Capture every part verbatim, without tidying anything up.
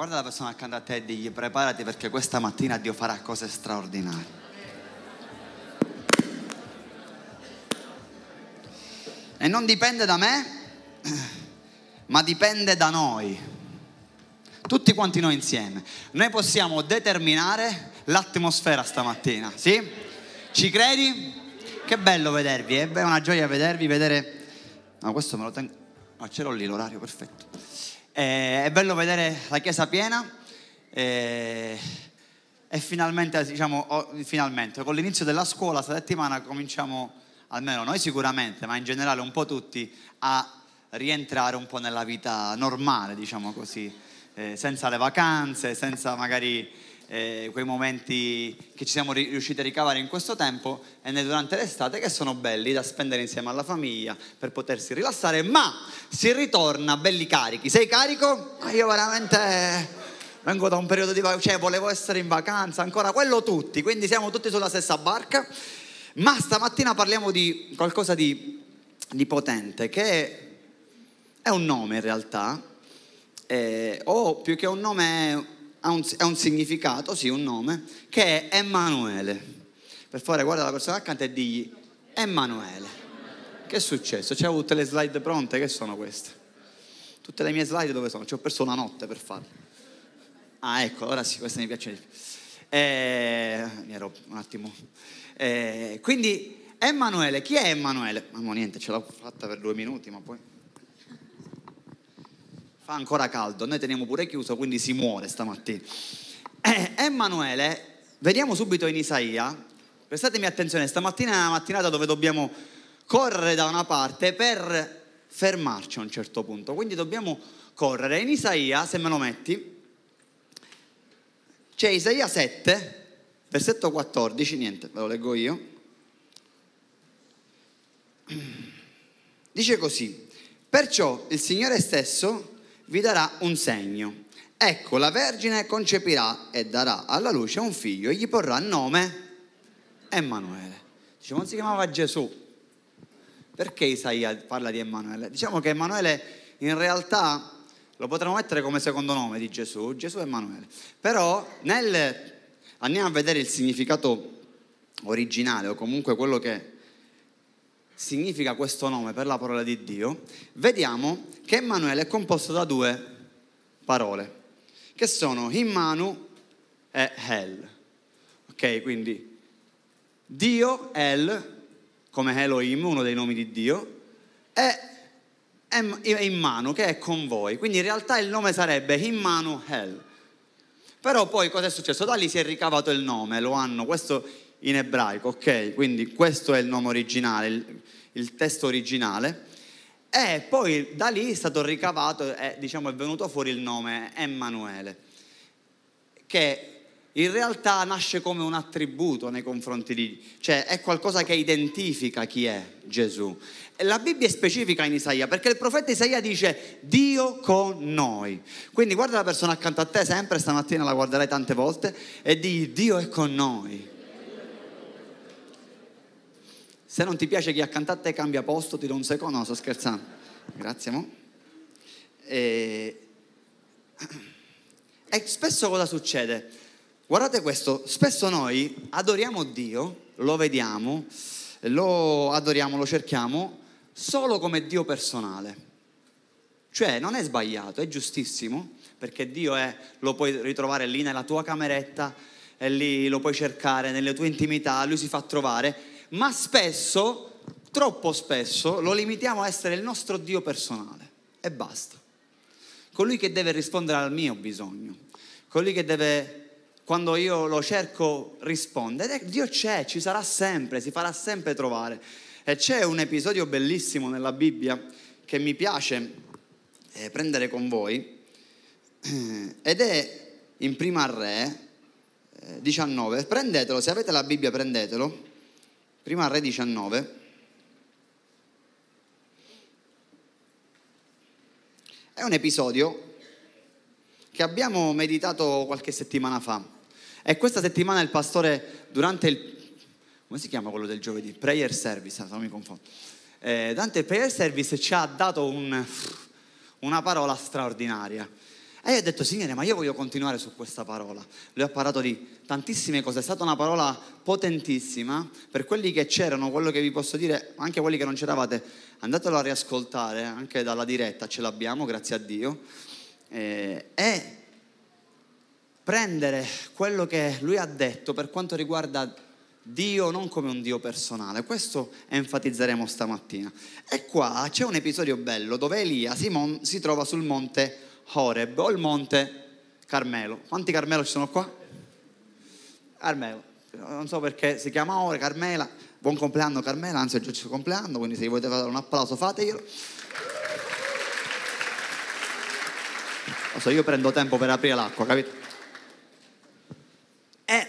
Guarda la persona accanto a te e digli: preparati, perché questa mattina Dio farà cose straordinarie. E non dipende da me, ma dipende da noi. Tutti quanti noi insieme. Noi possiamo determinare l'atmosfera stamattina, sì? Ci credi? Che bello vedervi, eh? È una gioia vedervi, vedere... No, questo me lo tengo... No, ce l'ho lì l'orario, perfetto. Eh, è bello vedere la chiesa piena eh, e finalmente, diciamo, oh, finalmente, con l'inizio della scuola, questa settimana cominciamo, almeno noi sicuramente, ma in generale un po' tutti, a rientrare un po' nella vita normale, diciamo così, eh, senza le vacanze, senza magari... Eh, quei momenti che ci siamo riusciti a ricavare in questo tempo e durante l'estate, che sono belli da spendere insieme alla famiglia per potersi rilassare, ma si ritorna belli carichi. Sei carico? Ah, io veramente vengo da un periodo di vacanza, cioè volevo essere in vacanza ancora, quello tutti, quindi siamo tutti sulla stessa barca. Ma stamattina parliamo di qualcosa di, di potente, che è un nome in realtà, eh, o più che un nome è Ha un, ha un significato, sì, un nome, che è Emanuele. Per favore, guarda la persona accanto e digli: Emanuele. Che è successo? C'avevo tutte le slide pronte, che sono queste? Tutte le mie slide dove sono? Ci ho perso una notte per farle. Ah, ecco, ora sì, queste mi piacciono di più. Eh, mi ero un attimo... Eh, quindi, Emanuele, chi è Emanuele? Ma no, niente, ce l'ho fatta per due minuti, ma poi... Fa ancora caldo, noi teniamo pure chiuso, quindi si muore stamattina. Eh, Emanuele, vediamo subito in Isaia. Prestatemi attenzione, stamattina è una mattinata dove dobbiamo correre da una parte per fermarci a un certo punto, quindi dobbiamo correre. In Isaia, se me lo metti, c'è Isaia sette, versetto quattordici, niente, ve lo leggo io. Dice così: perciò il Signore stesso vi darà un segno. Ecco, la Vergine concepirà e darà alla luce un figlio e gli porrà il nome Emanuele. Diciamo, non si chiamava Gesù. Perché Isaia parla di Emanuele? Diciamo che Emanuele in realtà lo potremmo mettere come secondo nome di Gesù. Gesù è Emanuele. Però nel, andiamo a vedere il significato originale, o comunque quello che significa questo nome per la parola di Dio. Vediamo che Emanuele è composto da due parole, che sono Immanu e El. Ok, quindi Dio, El, come Elohim, uno dei nomi di Dio, e Immanu, che è con voi. Quindi in realtà il nome sarebbe Immanuel. Però poi cosa è successo? Da lì si è ricavato il nome, lo hanno, questo in ebraico, ok? Quindi questo è il nome originale, il, il testo originale. E poi da lì è stato ricavato e diciamo è venuto fuori il nome Emanuele, che in realtà nasce come un attributo nei confronti di... cioè è qualcosa che identifica chi è Gesù. E la Bibbia è specifica in Isaia, perché il profeta Isaia dice Dio con noi. Quindi guarda la persona accanto a te, sempre stamattina la guarderai tante volte, e di Dio è con noi. Se non ti piace chi è accanto a te, cambia posto, ti do un secondo, no, sto scherzando. Grazie, mo. E... e spesso cosa succede? Guardate questo, spesso noi adoriamo Dio, lo vediamo, lo adoriamo, lo cerchiamo solo come Dio personale. Cioè non è sbagliato, è giustissimo, perché Dio è, lo puoi ritrovare lì nella tua cameretta, e lì lo puoi cercare nelle tue intimità, lui si fa trovare. Ma spesso, troppo spesso, lo limitiamo a essere il nostro Dio personale e basta. Colui che deve rispondere al mio bisogno, colui che deve, quando io lo cerco, rispondere. Ed Dio c'è, ci sarà sempre, si farà sempre trovare. E c'è un episodio bellissimo nella Bibbia che mi piace eh, prendere con voi, eh, ed è in Prima Re eh, diciannove. Prendetelo, se avete la Bibbia prendetelo. Prima Re diciannove. È un episodio che abbiamo meditato qualche settimana fa. E questa settimana il pastore, durante il... come si chiama quello del giovedì? Prayer service, non mi confondo. Eh, durante il prayer service ci ha dato un, una parola straordinaria. E io ho detto, Signore, ma io voglio continuare su questa parola. Lui ha parlato di tantissime cose, è stata una parola potentissima. Per quelli che c'erano, quello che vi posso dire, anche quelli che non c'eravate, andatelo a riascoltare, anche dalla diretta ce l'abbiamo, grazie a Dio. Eh, e prendere quello che lui ha detto per quanto riguarda Dio non come un Dio personale. Questo enfatizzeremo stamattina. E qua c'è un episodio bello dove Elia si, mon- si trova sul monte Horeb o il monte Carmelo. Quanti Carmelo ci sono qua? Carmelo, non so perché si chiama ora Carmela. Buon compleanno Carmela, anzi oggi è il suo compleanno, quindi se volete fare un applauso fateglielo. Lo so, io prendo tempo per aprire l'acqua, capito? E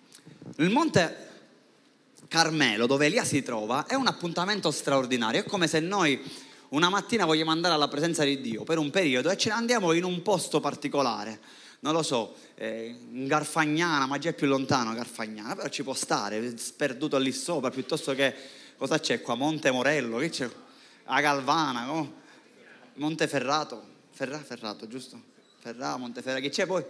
il monte Carmelo, dove Elia si trova, è un appuntamento straordinario. È come se noi una mattina vogliamo andare alla presenza di Dio per un periodo e ce ne andiamo in un posto particolare, non lo so, eh, in Garfagnana, ma già è più lontano Garfagnana, però ci può stare, sperduto lì sopra, piuttosto che, cosa c'è qua, Monte Morello, che c'è? A Galvana, oh? Monteferrato, Ferra, Ferrato, giusto? Ferrà, Monteferrato, che c'è poi?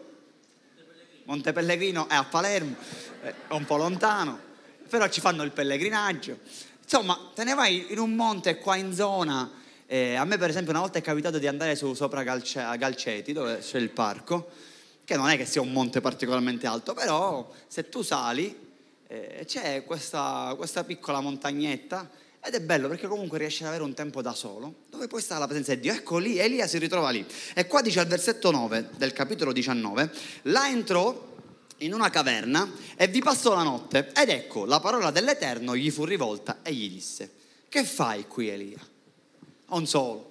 Monte Pellegrino è a Palermo, è un po' lontano, però ci fanno il pellegrinaggio. Insomma, te ne vai in un monte qua in zona. Eh, a me per esempio una volta è capitato di andare su sopra Galce- Galceti, dove c'è il parco, che non è che sia un monte particolarmente alto, però se tu sali eh, c'è questa, questa piccola montagnetta ed è bello perché comunque riesci ad avere un tempo da solo, dove poi sta la presenza di Dio. Ecco lì, Elia si ritrova lì. E qua dice al versetto nove del capitolo diciannove, là entrò in una caverna e vi passò la notte. Ed ecco, la parola dell'Eterno gli fu rivolta e gli disse, che fai qui Elia? Un solo.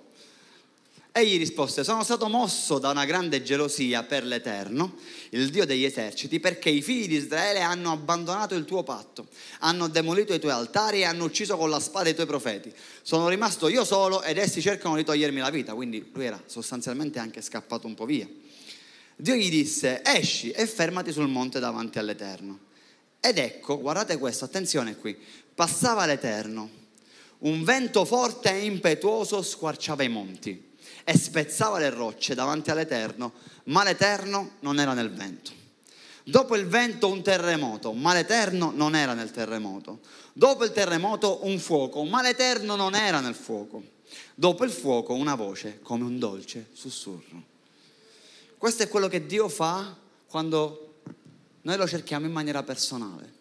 Egli rispose, sono stato mosso da una grande gelosia per l'Eterno, il Dio degli eserciti, perché i figli di Israele hanno abbandonato il tuo patto, hanno demolito i tuoi altari e hanno ucciso con la spada i tuoi profeti. Sono rimasto io solo ed essi cercano di togliermi la vita. Quindi lui era sostanzialmente anche scappato un po' via. Dio gli disse, esci e fermati sul monte davanti all'Eterno. Ed ecco, guardate questo, attenzione qui, passava l'Eterno. Un vento forte e impetuoso squarciava i monti e spezzava le rocce davanti all'Eterno, ma l'Eterno non era nel vento. Dopo il vento un terremoto, ma l'Eterno non era nel terremoto. Dopo il terremoto un fuoco, ma l'Eterno non era nel fuoco. Dopo il fuoco una voce come un dolce sussurro. Questo è quello che Dio fa quando noi lo cerchiamo in maniera personale.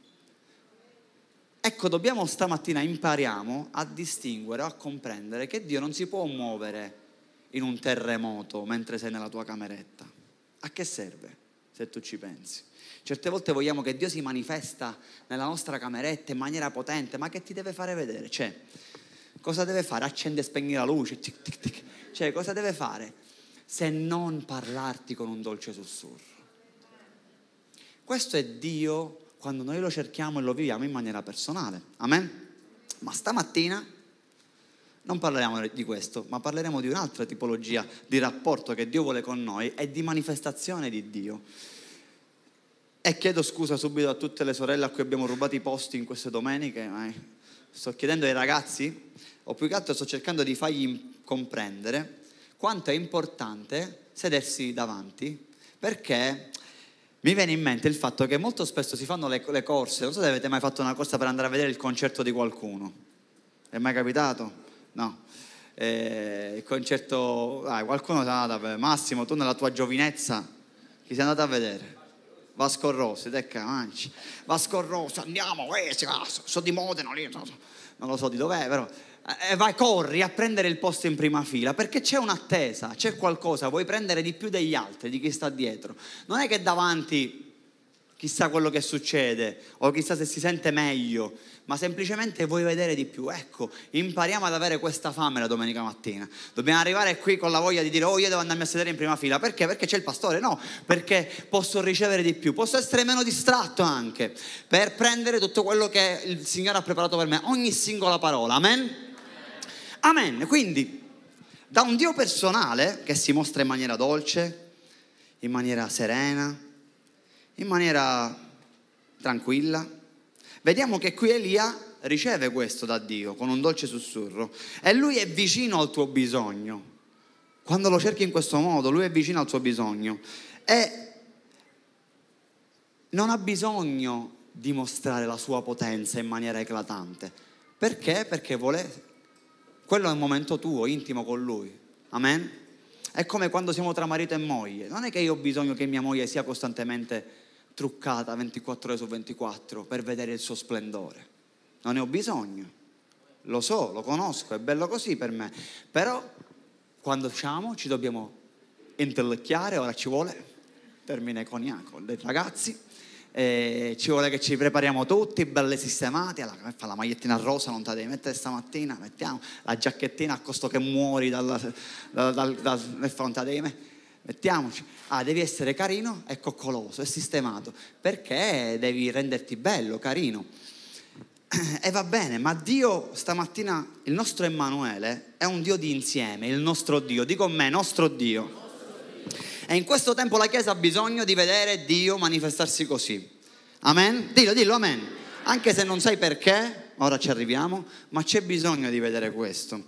Ecco, dobbiamo stamattina impariamo a distinguere, a comprendere che Dio non si può muovere in un terremoto mentre sei nella tua cameretta. A che serve, se tu ci pensi? Certe volte vogliamo che Dio si manifesta nella nostra cameretta in maniera potente, ma che ti deve fare vedere? Cioè, cosa deve fare? Accende e spegni la luce? Tic, tic, tic. Cioè, cosa deve fare? Se non parlarti con un dolce sussurro. Questo è Dio quando noi lo cerchiamo e lo viviamo in maniera personale. Amen? Ma stamattina non parleremo di questo, ma parleremo di un'altra tipologia di rapporto che Dio vuole con noi e di manifestazione di Dio. E chiedo scusa subito a tutte le sorelle a cui abbiamo rubato i posti in queste domeniche, ma sto chiedendo ai ragazzi, o più che altro sto cercando di fargli comprendere quanto è importante sedersi davanti, perché mi viene in mente il fatto che molto spesso si fanno le, le corse. Non so se avete mai fatto una corsa per andare a vedere il concerto di qualcuno. È mai capitato? No. Eh, il concerto, ah, qualcuno si è andato a vedere. Massimo, tu nella tua giovinezza chi sei andato a vedere? Vasco Rossi, te camanci. Vasco Rossi, andiamo, eh, sono di Modena lì, non lo so di dov'è, però e vai, corri a prendere il posto in prima fila perché c'è un'attesa, c'è qualcosa, vuoi prendere di più degli altri, di chi sta dietro. Non è che davanti chissà quello che succede o chissà se si sente meglio, ma semplicemente vuoi vedere di più. Ecco, impariamo ad avere questa fame la domenica mattina. Dobbiamo arrivare qui con la voglia di dire oh, io devo andarmi a sedere in prima fila. Perché? Perché c'è il pastore? No, perché posso ricevere di più, posso essere meno distratto anche per prendere tutto quello che il Signore ha preparato per me, ogni singola parola. Amen? Amen. Quindi da un Dio personale che si mostra in maniera dolce, in maniera serena, in maniera tranquilla, vediamo che qui Elia riceve questo da Dio con un dolce sussurro e lui è vicino al tuo bisogno Quando lo cerchi in questo modo, lui è vicino al suo bisogno e non ha bisogno di mostrare la sua potenza in maniera eclatante. Perché? Perché vuole, quello è un momento tuo, intimo con lui. Amen? È come quando siamo tra marito e moglie. Non è che io ho bisogno che mia moglie sia costantemente truccata ventiquattro ore su ventiquattro per vedere il suo splendore. Non ne ho bisogno. Lo so, lo conosco, è bello così per me. Però quando usciamo ci dobbiamo intellecchiare, ora ci vuole, termine coniaco dei ragazzi, eh, ci vuole che ci prepariamo tutti, belli sistemati, la, fa la magliettina rosa, non te la devi mettere stamattina, mettiamo la giacchettina a costo che muori dal, dal, dal, dal non te la devi mettere, mettiamoci, ah, devi essere carino e coccoloso e sistemato, perché devi renderti bello, carino. E va bene, ma Dio stamattina, il nostro Emanuele, è un Dio di insieme, il nostro Dio, dico con me, nostro Dio. E in questo tempo la Chiesa ha bisogno di vedere Dio manifestarsi così. Amen? Dillo, dillo, amen. Anche se non sai perché, ora ci arriviamo, ma c'è bisogno di vedere questo.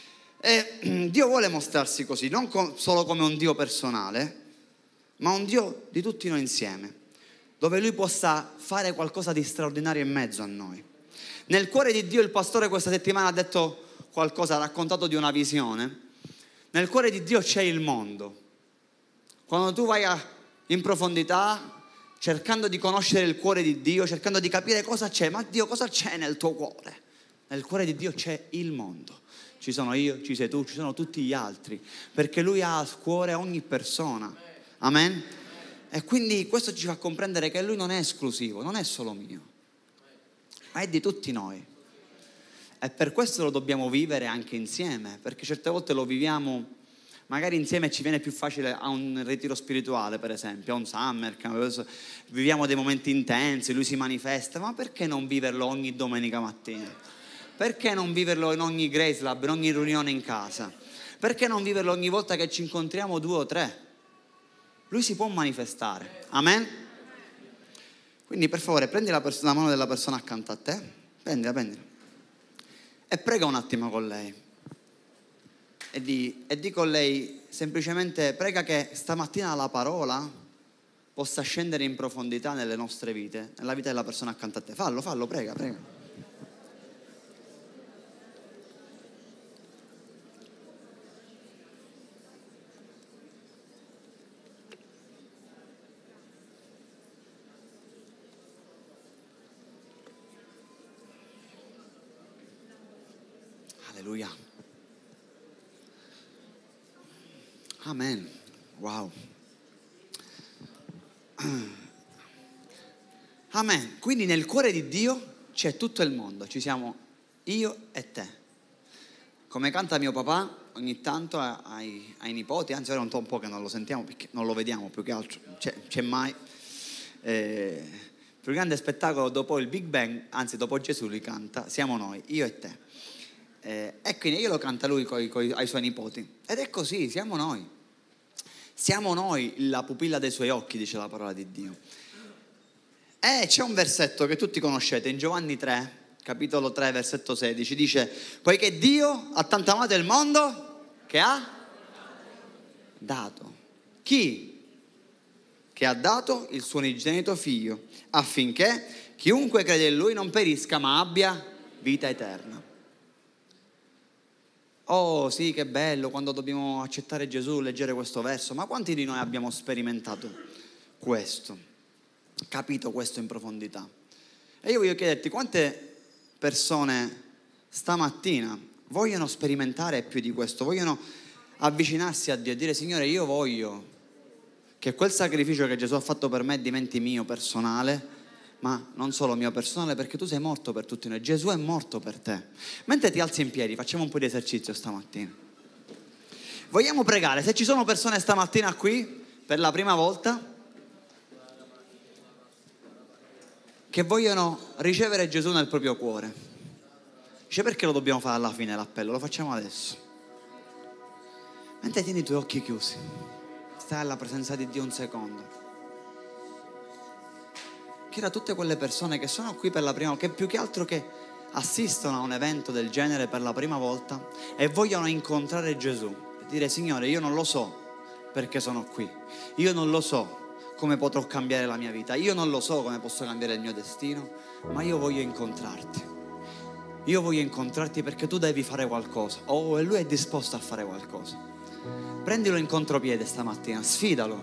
E Dio vuole mostrarsi così, non solo come un Dio personale, ma un Dio di tutti noi insieme, dove Lui possa fare qualcosa di straordinario in mezzo a noi. Nel cuore di Dio il pastore questa settimana ha detto qualcosa, ha raccontato di una visione. Nel cuore di Dio c'è il mondo. Quando tu vai a, in profondità, cercando di conoscere il cuore di Dio, cercando di capire cosa c'è, ma Dio cosa c'è nel tuo cuore? Nel cuore di Dio c'è il mondo. Ci sono io, ci sei tu, ci sono tutti gli altri, perché Lui ha a cuore ogni persona. Amen? E quindi questo ci fa comprendere che Lui non è esclusivo, non è solo mio, ma è di tutti noi. E per questo lo dobbiamo vivere anche insieme, perché certe volte lo viviamo magari insieme, ci viene più facile a un ritiro spirituale, per esempio, a un summer camp, viviamo dei momenti intensi, Lui si manifesta, ma perché non viverlo ogni domenica mattina? Perché non viverlo in ogni Grace Lab, in ogni riunione in casa? Perché non viverlo ogni volta che ci incontriamo due o tre? Lui si può manifestare, amen? Quindi per favore prendi la, pers- la mano della persona accanto a te, prendila, prendila, e prega un attimo con lei. E di, e di con lei semplicemente prega che stamattina la parola possa scendere in profondità nelle nostre vite, nella vita della persona accanto a te. Fallo, fallo, prega, prega. Alleluia. Amen. Wow. Amen. Quindi nel cuore di Dio c'è tutto il mondo, ci siamo io e te. Come canta mio papà ogni tanto ai, ai nipoti, anzi ora un po' che non lo sentiamo perché non lo vediamo più che altro, c'è, c'è mai. Eh, il più grande spettacolo dopo il Big Bang, anzi dopo Gesù li canta, siamo noi, io e te. Eh, e quindi io lo canta lui coi, coi, ai suoi nipoti. Ed è così, siamo noi. Siamo noi la pupilla dei suoi occhi, dice la parola di Dio. E c'è un versetto che tutti conoscete, in Giovanni tre, capitolo tre, versetto sedici, dice: poiché Dio ha tanto amato il mondo che ha dato. Chi? Che ha dato il suo unigenito figlio, affinché chiunque crede in Lui non perisca ma abbia vita eterna. Oh sì, che bello quando dobbiamo accettare Gesù, leggere questo verso, ma quanti di noi abbiamo sperimentato questo, capito questo in profondità? E io voglio chiederti, quante persone stamattina vogliono sperimentare più di questo, vogliono avvicinarsi a Dio e dire: Signore, io voglio che quel sacrificio che Gesù ha fatto per me diventi mio personale, ma non solo mio personale, perché tu sei morto per tutti noi, Gesù è morto per te. Mentre ti alzi in piedi, facciamo un po' di esercizio stamattina. Vogliamo pregare, se ci sono persone stamattina qui per la prima volta che vogliono ricevere Gesù nel proprio cuore. Dice: perché lo dobbiamo fare alla fine l'appello? Lo facciamo adesso. Mentre tieni i tuoi occhi chiusi, stai alla presenza di Dio un secondo. Chiedo a tutte quelle persone che sono qui per la prima volta, che più che altro che assistono a un evento del genere per la prima volta e vogliono incontrare Gesù, Dire: Signore, io non lo so perché sono qui, io non lo so come potrò cambiare la mia vita, io non lo so come posso cambiare il mio destino, ma io voglio incontrarti, io voglio incontrarti perché tu devi fare qualcosa. Oh, e lui è disposto a fare qualcosa. Prendilo in contropiede stamattina, sfidalo.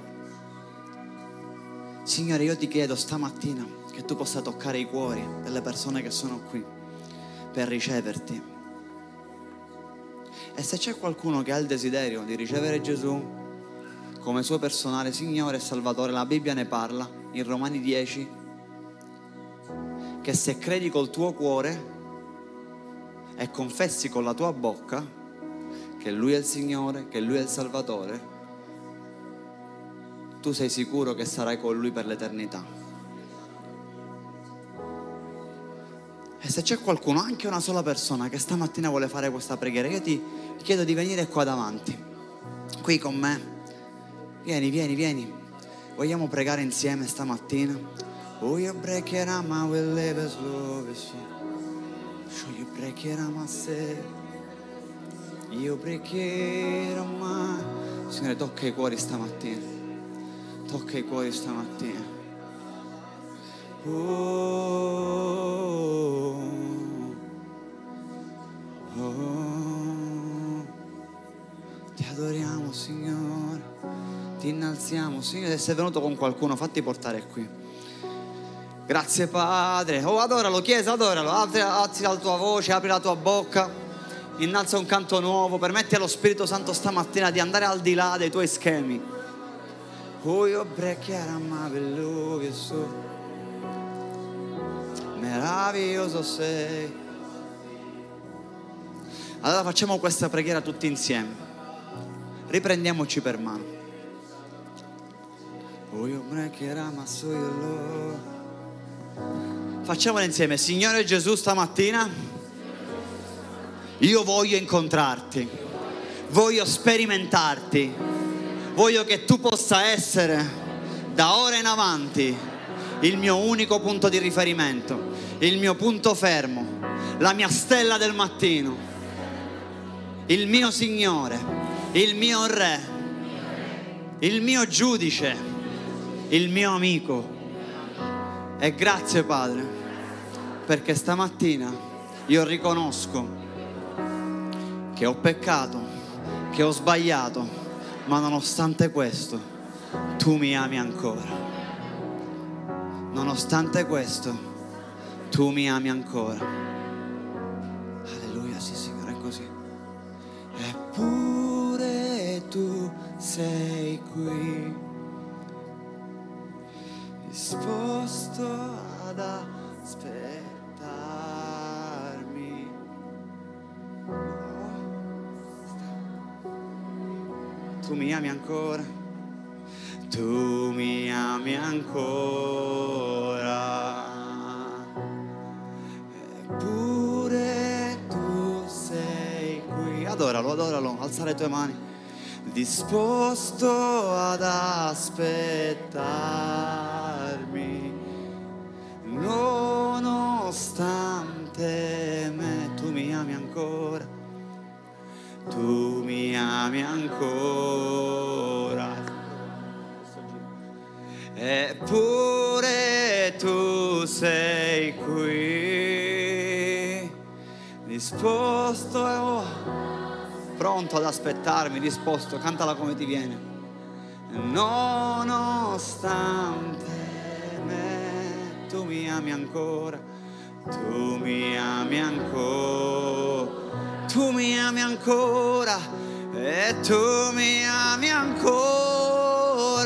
Signore, io ti chiedo stamattina che tu possa toccare i cuori delle persone che sono qui per riceverti. E se c'è qualcuno che ha il desiderio di ricevere Gesù come suo personale Signore e Salvatore, la Bibbia ne parla in Romani dieci, che se credi col tuo cuore e confessi con la tua bocca che Lui è il Signore, che Lui è il Salvatore, tu sei sicuro che sarai con Lui per l'eternità. E se c'è qualcuno, anche una sola persona, che stamattina vuole fare questa preghiera, io ti chiedo di venire qua davanti, qui con me. Vieni, vieni, vieni. Vogliamo pregare insieme stamattina? Oh, you break it, I will live as love is so. Show you break it, I say. You break it, I. Signore, tocca i cuori stamattina. Tocca i cuori stamattina. Oh, oh. Ti adoriamo, Signore. Ti innalziamo, Signore. Se sei venuto con qualcuno, fatti portare qui. Grazie Padre. Oh, adoralo, Chiesa, adoralo. Apri, alzi la tua voce, apri la tua bocca, innalza un canto nuovo, permetti allo Spirito Santo stamattina di andare al di là dei tuoi schemi. Oh, io brecchiera meraviglioso, meraviglioso sei. Allora facciamo questa preghiera tutti insieme. Riprendiamoci per mano. Facciamolo insieme. Signore Gesù, stamattina io voglio incontrarti, voglio sperimentarti, voglio che tu possa essere da ora in avanti il mio unico punto di riferimento, il mio punto fermo, la mia stella del mattino, il mio Signore, il mio Re, il mio giudice, il mio amico. E grazie Padre, perché stamattina io riconosco che ho peccato, che ho sbagliato, ma nonostante questo tu mi ami ancora. Nonostante questo tu mi ami ancora. Alleluia, sì Signore, è così. Eppure tu sei qui, disposto ad aspettarmi. Tu mi ami ancora, tu mi ami ancora, eppure tu sei qui. Adoralo, adoralo, alza le tue mani. Disposto ad aspettarmi, nonostante me. Tu mi ami ancora, tu mi ami ancora, eppure tu sei qui, disposto oh, pronto ad aspettarmi, disposto. Cantala come ti viene. Nonostante me, tu mi ami ancora, tu mi ami ancora, tu mi ami ancora, e tu mi ami ancora,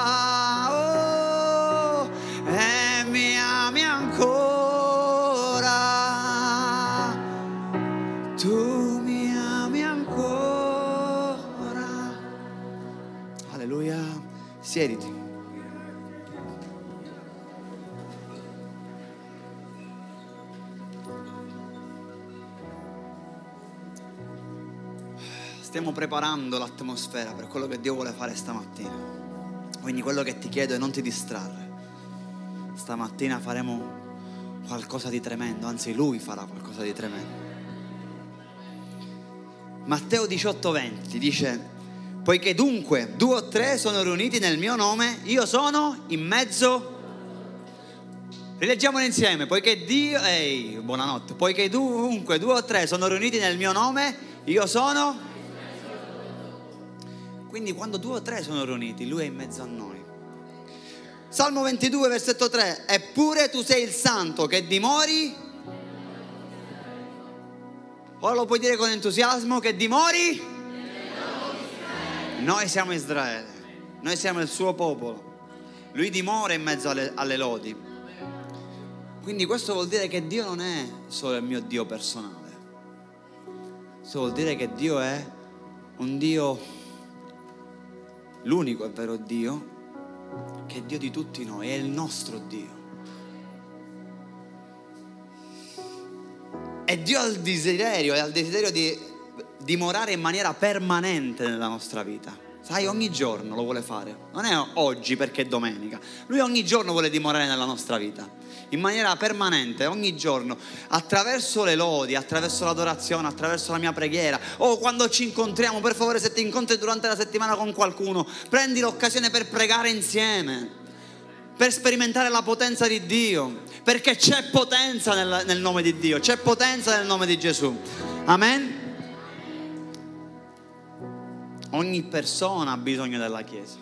oh, e mi ami ancora, tu mi ami ancora. Alleluia. Siediti. Stiamo preparando l'atmosfera per quello che Dio vuole fare stamattina. Quindi quello che ti chiedo è non ti distrarre. Stamattina faremo qualcosa di tremendo, anzi Lui farà qualcosa di tremendo. Matteo diciotto venti dice: poiché dunque due o tre sono riuniti nel mio nome, io sono in mezzo. Rileggiamolo insieme. Poiché Dio, ehi, buonanotte. Poiché dunque due o tre sono riuniti nel mio nome, io sono. Quindi quando due o tre sono riuniti, Lui è in mezzo a noi. Salmo ventidue, versetto tre: eppure tu sei il santo che dimori. Ora lo puoi dire con entusiasmo, che dimori. Noi siamo Israele, noi siamo il suo popolo. Lui dimora in mezzo alle, alle lodi. Quindi questo vuol dire che Dio non è solo il mio Dio personale. Questo vuol dire che Dio è un Dio, l'unico e vero Dio, che è Dio di tutti noi, è il nostro Dio. E Dio ha il desiderio, ha il desiderio di dimorare in maniera permanente nella nostra vita. Sai, ogni giorno lo vuole fare. Non è oggi perché è domenica. Lui ogni giorno vuole dimorare nella nostra vita, in maniera permanente, ogni giorno, attraverso le lodi, attraverso l'adorazione, attraverso la mia preghiera. O quando ci incontriamo, per favore, se ti incontri durante la settimana con qualcuno, prendi l'occasione per pregare insieme, per sperimentare la potenza di Dio, perché c'è potenza nel, nel nome di Dio, c'è potenza nel nome di Gesù. Amen. Ogni persona ha bisogno della Chiesa.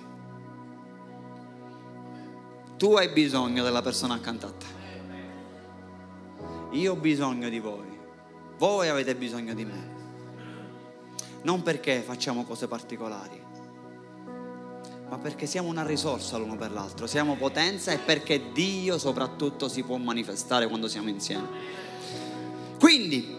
Tu hai bisogno della persona accanto a te. Io ho bisogno di voi. Voi avete bisogno di me. Non perché facciamo cose particolari, ma perché siamo una risorsa l'uno per l'altro. Siamo potenza, e perché Dio soprattutto si può manifestare quando siamo insieme. Quindi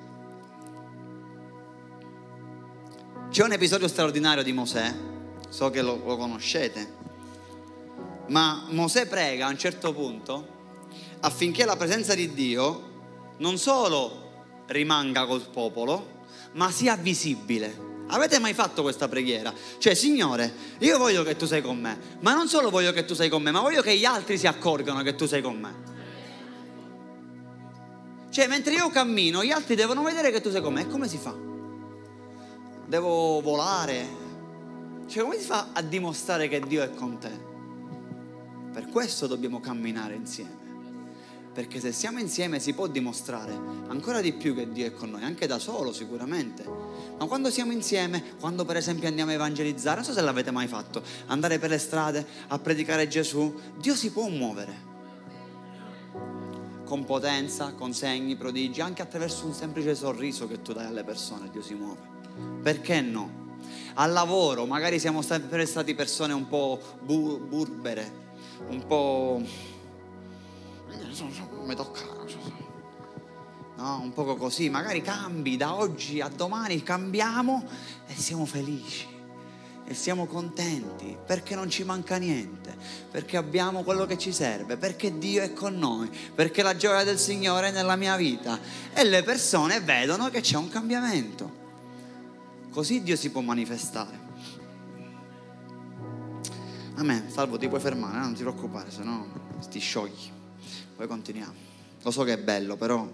c'è un episodio straordinario di Mosè, so che lo, lo conoscete, ma Mosè prega a un certo punto affinché la presenza di Dio non solo rimanga col popolo, ma sia visibile. Avete mai fatto questa preghiera? Cioè, Signore, io voglio che tu sei con me, ma non solo voglio che tu sei con me, ma voglio che gli altri si accorgano che tu sei con me. Cioè, mentre io cammino, gli altri devono vedere che tu sei con me. E come si fa? Devo volare? Cioè, come si fa a dimostrare che Dio è con te? Per questo dobbiamo camminare insieme, perché se siamo insieme si può dimostrare ancora di più che Dio è con noi, anche da solo sicuramente, ma quando siamo insieme, quando per esempio andiamo a evangelizzare, non so se l'avete mai fatto, andare per le strade a predicare Gesù, Dio si può muovere con potenza, con segni, prodigi, anche attraverso un semplice sorriso che tu dai alle persone. Dio si muove. Perché no? Al lavoro magari siamo sempre stati persone un po' bu- burbere, un po', mi tocca, no, un poco così. Magari cambi, da oggi a domani cambiamo e siamo felici e siamo contenti, perché non ci manca niente, perché abbiamo quello che ci serve, perché Dio è con noi, perché la gioia del Signore è nella mia vita, e le persone vedono che c'è un cambiamento. Così Dio si può manifestare. Amen. Salvo, ti puoi fermare, non ti preoccupare, se no ti sciogli. Poi continuiamo. Lo so che è bello, però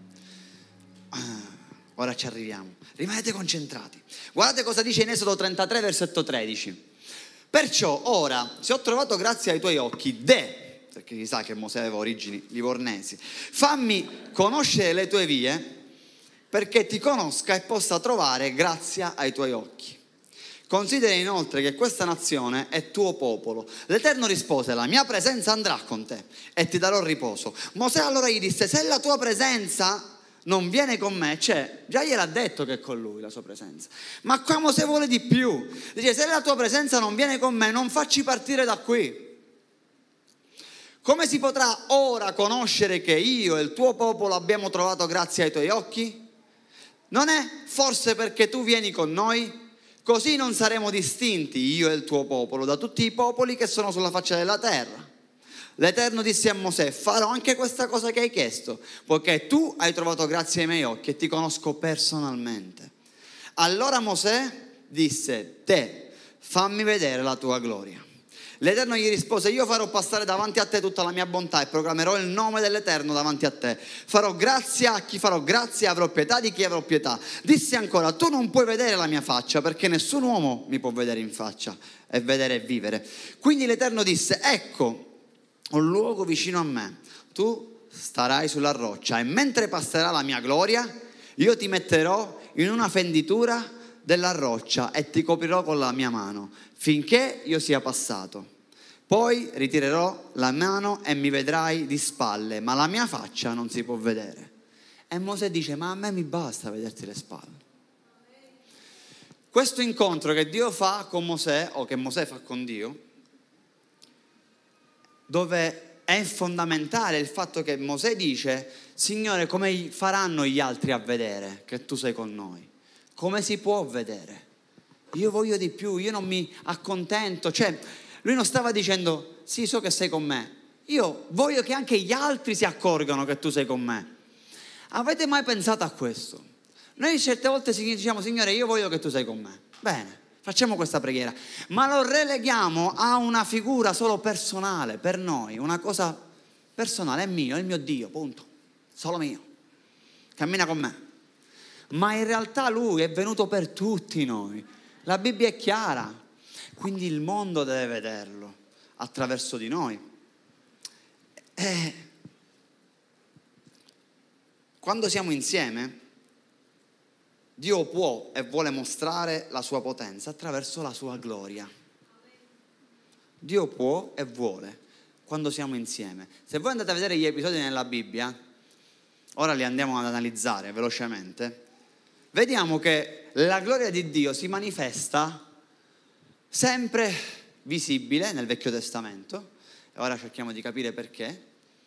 ora ci arriviamo. Rimanete concentrati. Guardate cosa dice in Esodo trentatré, versetto tredici. Perciò ora, se ho trovato grazia ai tuoi occhi, de, perché si sa che Mosè aveva origini livornesi, fammi conoscere le tue vie, perché ti conosca e possa trovare grazia ai tuoi occhi. Considera inoltre che questa nazione è tuo popolo. L'Eterno rispose: la mia presenza andrà con te e ti darò riposo. Mosè allora gli disse: se la tua presenza non viene con me, cioè già gliel'ha detto che è con lui la sua presenza, ma qua Mosè vuole di più. Dice: se la tua presenza non viene con me, non facci partire da qui. Come si potrà ora conoscere che io e il tuo popolo abbiamo trovato grazia ai tuoi occhi? Non è forse perché tu vieni con noi? Così non saremo distinti, io e il tuo popolo, da tutti i popoli che sono sulla faccia della terra. L'Eterno disse a Mosè: farò anche questa cosa che hai chiesto, poiché tu hai trovato grazia ai miei occhi e ti conosco personalmente. Allora Mosè disse: te, fammi vedere la tua gloria. L'Eterno gli rispose: io farò passare davanti a te tutta la mia bontà e proclamerò il nome dell'Eterno davanti a te. Farò grazia a chi farò grazia e avrò pietà di chi avrò pietà. Disse ancora: tu non puoi vedere la mia faccia, perché nessun uomo mi può vedere in faccia e vedere e vivere. Quindi l'Eterno disse: ecco un luogo vicino a me, tu starai sulla roccia, e mentre passerà la mia gloria io ti metterò in una fenditura della roccia e ti coprirò con la mia mano finché io sia passato. Poi ritirerò la mano e mi vedrai di spalle, ma la mia faccia non si può vedere. E Mosè dice: ma a me mi basta vederti le spalle. Questo incontro che Dio fa con Mosè, o che Mosè fa con Dio, dove è fondamentale il fatto che Mosè dice: Signore, come faranno gli altri a vedere che tu sei con noi? Come si può vedere? Io voglio di più, io non mi accontento. Cioè, lui non stava dicendo: sì, so che sei con me, io voglio che anche gli altri si accorgano che tu sei con me. Avete mai pensato a questo? Noi certe volte diciamo: Signore, io voglio che tu sei con me. Bene, facciamo questa preghiera, ma lo releghiamo a una figura solo personale, per noi, una cosa personale, è mio, è il mio Dio, punto, solo mio, cammina con me. Ma in realtà Lui è venuto per tutti noi, la Bibbia è chiara, quindi il mondo deve vederlo attraverso di noi. E quando siamo insieme, Dio può e vuole mostrare la sua potenza attraverso la sua gloria. Dio può e vuole quando siamo insieme. Se voi andate a vedere gli episodi nella Bibbia, ora li andiamo ad analizzare velocemente, vediamo che la gloria di Dio si manifesta sempre visibile nel Vecchio Testamento, e ora cerchiamo di capire perché,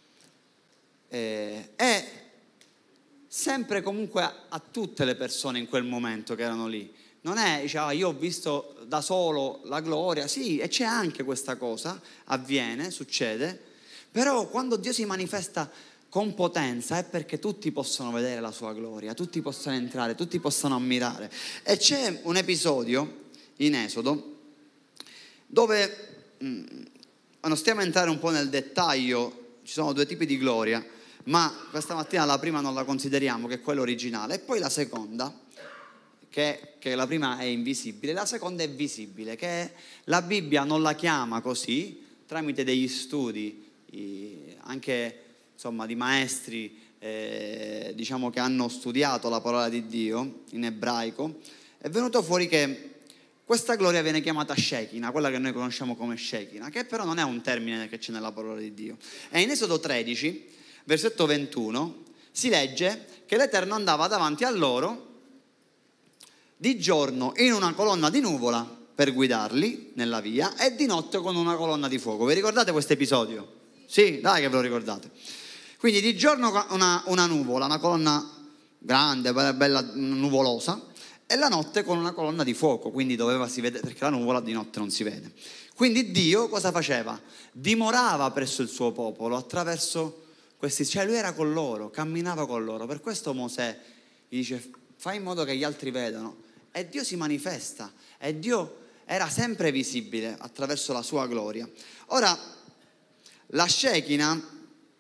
e, e sempre comunque a, a tutte le persone in quel momento che erano lì. Non è, diciamo, ah, io ho visto da solo la gloria, sì, e c'è anche questa cosa, avviene, succede, però quando Dio si manifesta con potenza è perché tutti possono vedere la sua gloria, tutti possono entrare, tutti possono ammirare. E c'è un episodio in Esodo dove mh, non stiamo a entrare un po' nel dettaglio, ci sono due tipi di gloria, ma questa mattina la prima non la consideriamo, che è quella originale, e poi la seconda, che, che la prima è invisibile, la seconda è visibile, che la Bibbia non la chiama così, tramite degli studi anche insomma di maestri eh, diciamo che hanno studiato la parola di Dio in ebraico, è venuto fuori che questa gloria viene chiamata Shekinah, quella che noi conosciamo come Shekinah, che però non è un termine che c'è nella parola di Dio. E in Esodo tredici, versetto ventuno, si legge che l'Eterno andava davanti a loro di giorno in una colonna di nuvola per guidarli nella via e di notte con una colonna di fuoco. Vi ricordate questo episodio? Sì, dai che ve lo ricordate. Quindi di giorno una, una nuvola, una colonna grande, bella, bella nuvolosa, e la notte con una colonna di fuoco, quindi doveva si vedere, perché la nuvola di notte non si vede. Quindi Dio cosa faceva? Dimorava presso il suo popolo attraverso questi, cioè lui era con loro, camminava con loro. Per questo Mosè gli dice: fai in modo che gli altri vedano. E Dio si manifesta, e Dio era sempre visibile attraverso la sua gloria. Ora, la Shekinah,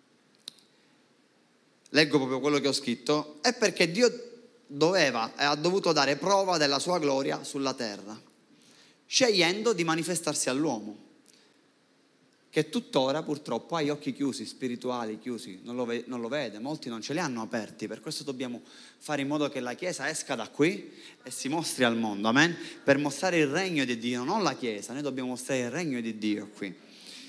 leggo proprio quello che ho scritto, è perché Dio doveva e ha dovuto dare prova della sua gloria sulla terra, scegliendo di manifestarsi all'uomo, che tuttora purtroppo ha gli occhi chiusi, spirituali chiusi, non lo, ve- non lo vede, molti non ce li hanno aperti. Per questo dobbiamo fare in modo che la Chiesa esca da qui e si mostri al mondo, amen? Per mostrare il regno di Dio, non la Chiesa, noi dobbiamo mostrare il regno di Dio qui.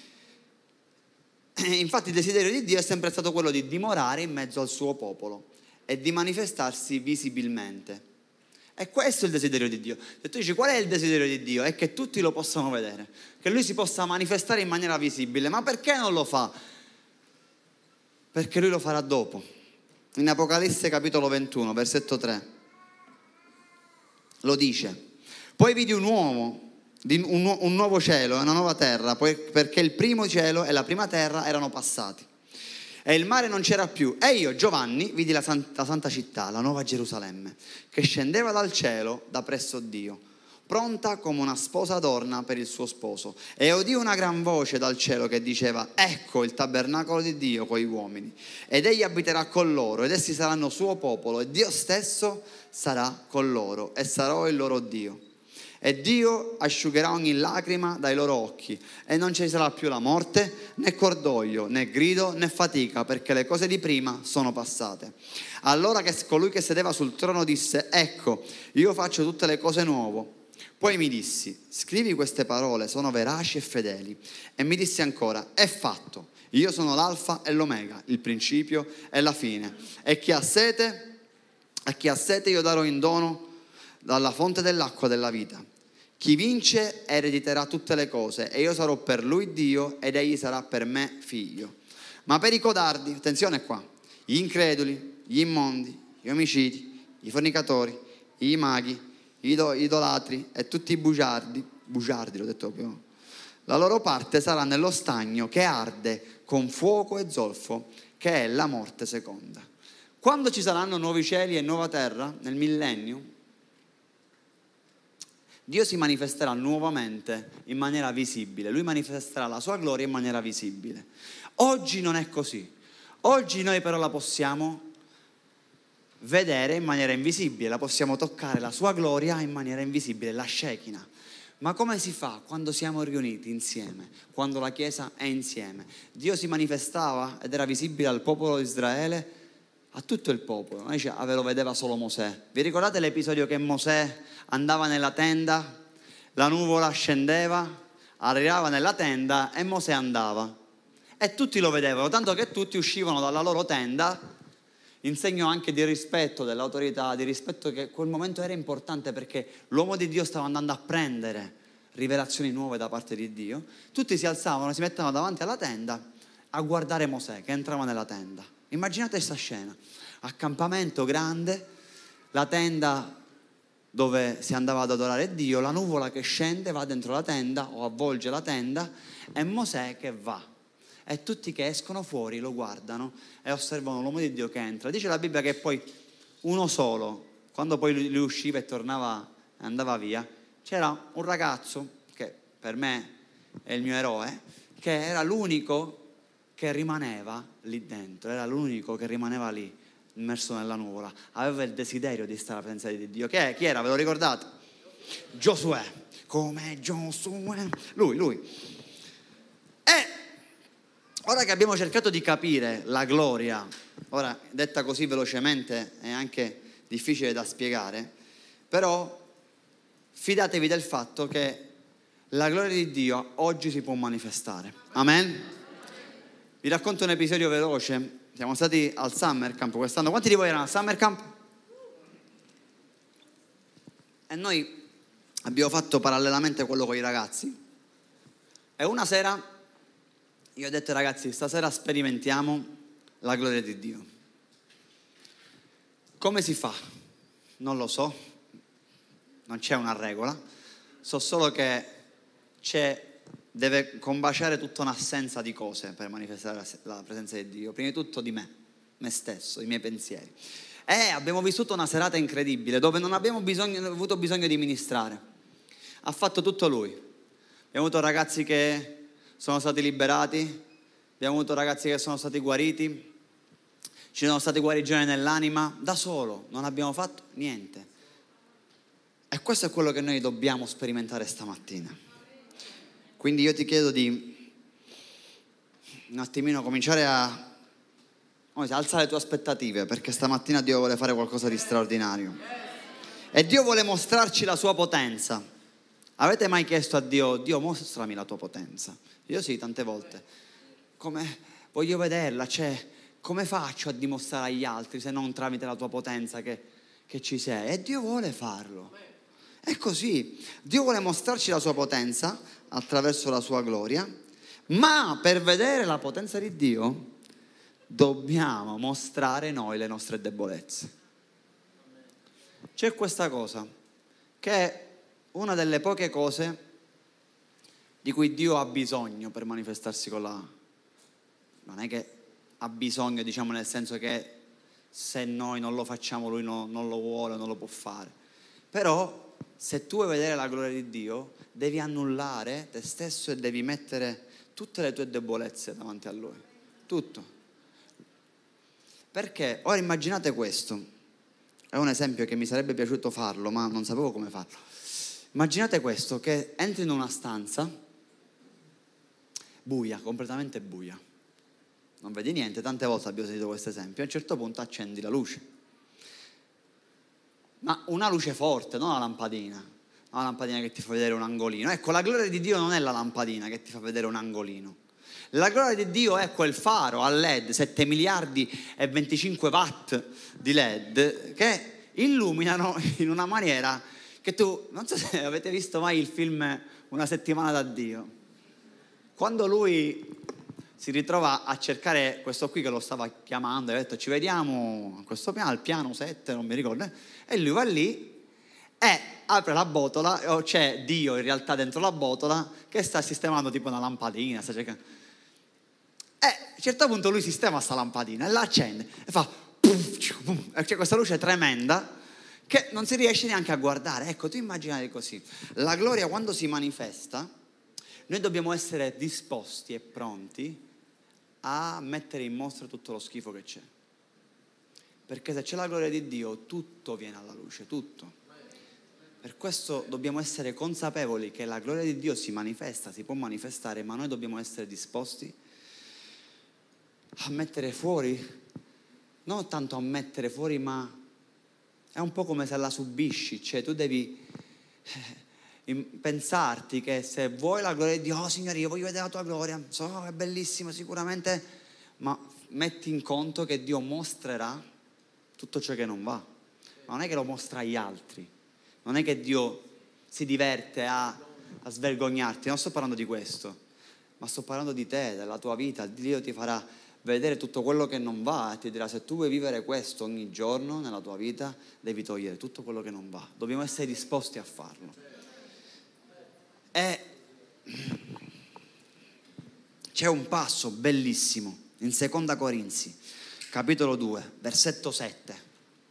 Infatti il desiderio di Dio è sempre stato quello di dimorare in mezzo al suo popolo e di manifestarsi visibilmente. E questo è il desiderio di Dio. Se tu dici qual è il desiderio di Dio? È che tutti lo possano vedere, che Lui si possa manifestare in maniera visibile. Ma perché non lo fa? Perché Lui lo farà dopo. In Apocalisse capitolo ventuno, versetto tre, lo dice: poi vidi un uomo, un, un nuovo cielo e una nuova terra, perché il primo cielo e la prima terra erano passati e il mare non c'era più. E io, Giovanni, vidi la santa, la santa città, la nuova Gerusalemme, che scendeva dal cielo da presso Dio, pronta come una sposa adorna per il suo sposo. E udì una gran voce dal cielo che diceva: ecco il tabernacolo di Dio con gli uomini, ed egli abiterà con loro, ed essi saranno suo popolo, e Dio stesso sarà con loro, e sarò il loro Dio. E Dio asciugherà ogni lacrima dai loro occhi, e non ci sarà più la morte, né cordoglio, né grido, né fatica, perché le cose di prima sono passate. Allora che colui che sedeva sul trono disse: ecco, io faccio tutte le cose nuove. Poi mi dissi: scrivi queste parole, sono veraci e fedeli. E mi dissi ancora: è fatto, io sono l'alfa e l'omega, il principio e la fine. E chi ha sete, a chi ha sete io darò in dono dalla fonte dell'acqua della vita. Chi vince erediterà tutte le cose, e io sarò per lui Dio, ed egli sarà per me figlio. Ma per i codardi, attenzione qua, gli increduli, gli immondi, gli omicidi, i fornicatori, i maghi, gli idolatri e tutti i bugiardi, bugiardi l'ho detto proprio, la loro parte sarà nello stagno che arde con fuoco e zolfo, che è la morte seconda. Quando ci saranno nuovi cieli e nuova terra, nel millennio, Dio si manifesterà nuovamente in maniera visibile. Lui manifesterà la sua gloria in maniera visibile. Oggi non è così. Oggi noi però la possiamo vedere in maniera invisibile, la possiamo toccare, la sua gloria in maniera invisibile, la Shekinah. Ma come si fa quando siamo riuniti insieme, quando la Chiesa è insieme? Dio si manifestava ed era visibile al popolo di Israele, a tutto il popolo. Noi ve lo vedeva solo Mosè. Vi ricordate l'episodio che Mosè andava nella tenda, la nuvola scendeva, arrivava nella tenda e Mosè andava? E tutti lo vedevano, tanto che tutti uscivano dalla loro tenda in segno anche di rispetto dell'autorità, di rispetto che quel momento era importante perché l'uomo di Dio stava andando a prendere rivelazioni nuove da parte di Dio. Tutti si alzavano, si mettevano davanti alla tenda a guardare Mosè che entrava nella tenda. Immaginate questa scena, accampamento grande, la tenda dove si andava ad adorare Dio, la nuvola che scende, va dentro la tenda o avvolge la tenda, e Mosè che va. E tutti che escono fuori lo guardano e osservano l'uomo di Dio che entra. Dice la Bibbia che poi uno solo, quando poi lui usciva e tornava e andava via, c'era un ragazzo, che per me è il mio eroe, che era l'unico che rimaneva lì dentro, era l'unico che rimaneva lì, immerso nella nuvola. Aveva il desiderio di stare alla presenza di Dio. Che è? Chi era? Ve lo ricordate? Giosuè. Come Giosuè. Lui, lui. E ora che abbiamo cercato di capire la gloria, ora detta così velocemente è anche difficile da spiegare, però fidatevi del fatto che la gloria di Dio oggi si può manifestare. Amen? Vi racconto un episodio veloce. Siamo stati al Summer Camp quest'anno. Quanti di voi erano al Summer Camp? E noi abbiamo fatto parallelamente quello con i ragazzi. E una sera io ho detto ai ragazzi: stasera sperimentiamo la gloria di Dio. Come si fa? Non lo so, non c'è una regola, so solo che c'è, deve combaciare tutta un'assenza di cose per manifestare la presenza di Dio. Prima di tutto di me, me stesso, i miei pensieri. E abbiamo vissuto una serata incredibile dove non abbiamo bisogno, avuto bisogno di ministrare. Ha fatto tutto Lui. Abbiamo avuto ragazzi che sono stati liberati, abbiamo avuto ragazzi che sono stati guariti, ci sono state guarigioni nell'anima, da solo, non abbiamo fatto niente. E questo è quello che noi dobbiamo sperimentare stamattina. Quindi io ti chiedo di un attimino cominciare a alzare le tue aspettative, perché stamattina Dio vuole fare qualcosa di straordinario. E Dio vuole mostrarci la sua potenza. Avete mai chiesto a Dio: Dio, mostrami la tua potenza? Io sì, tante volte. Come voglio vederla, cioè, come faccio a dimostrare agli altri se non tramite la tua potenza che, che ci sei? E Dio vuole farlo. È così. Dio vuole mostrarci la sua potenza attraverso la sua gloria, ma per vedere la potenza di Dio dobbiamo mostrare noi le nostre debolezze. C'è questa cosa che è una delle poche cose di cui Dio ha bisogno per manifestarsi con la... Non è che ha bisogno, diciamo, nel senso che se noi non lo facciamo Lui no, non lo vuole, non lo può fare. Però se tu vuoi vedere la gloria di Dio, devi annullare te stesso e devi mettere tutte le tue debolezze davanti a Lui. Tutto. Perché, ora immaginate questo, è un esempio che mi sarebbe piaciuto farlo, ma non sapevo come farlo. Immaginate questo, che entri in una stanza buia, completamente buia. Non vedi niente, tante volte abbiamo sentito questo esempio. A un certo punto accendi la luce. Ma una luce forte, non una lampadina. Non una lampadina che ti fa vedere un angolino. Ecco, la gloria di Dio non è la lampadina che ti fa vedere un angolino. La gloria di Dio è quel faro a led, sette miliardi e venticinque watt di led, che illuminano in una maniera che tu, non so se avete visto mai il film Una settimana da Dio. Quando lui si ritrova a cercare questo qui che lo stava chiamando, e ha detto ci vediamo a questo piano, al piano sette, non mi ricordo, e lui va lì e apre la botola, o c'è Dio in realtà dentro la botola che sta sistemando tipo una lampadina, sta cercando. E a un certo punto lui sistema sta lampadina e la accende e fa puff, puff, e c'è questa luce tremenda che non si riesce neanche a guardare. Ecco, tu immaginate così, la gloria quando si manifesta, noi dobbiamo essere disposti e pronti a mettere in mostra tutto lo schifo che c'è. Perché se c'è la gloria di Dio, tutto viene alla luce, tutto. Per questo dobbiamo essere consapevoli che la gloria di Dio si manifesta, si può manifestare, ma noi dobbiamo essere disposti a mettere fuori, non tanto a mettere fuori, ma è un po' come se la subisci, cioè tu devi pensarti che se vuoi la gloria di Dio, oh Signore, io voglio vedere la tua gloria, so, è bellissimo sicuramente, ma metti in conto che Dio mostrerà tutto ciò che non va. Ma non è che lo mostra agli altri, non è che Dio si diverte a, a svergognarti, non sto parlando di questo, ma sto parlando di te, della tua vita. Dio ti farà vedere tutto quello che non va e ti dirà: se tu vuoi vivere questo ogni giorno nella tua vita, devi togliere tutto quello che non va. Dobbiamo essere disposti a farlo. E c'è un passo bellissimo in Seconda Corinzi, capitolo due, versetto sette.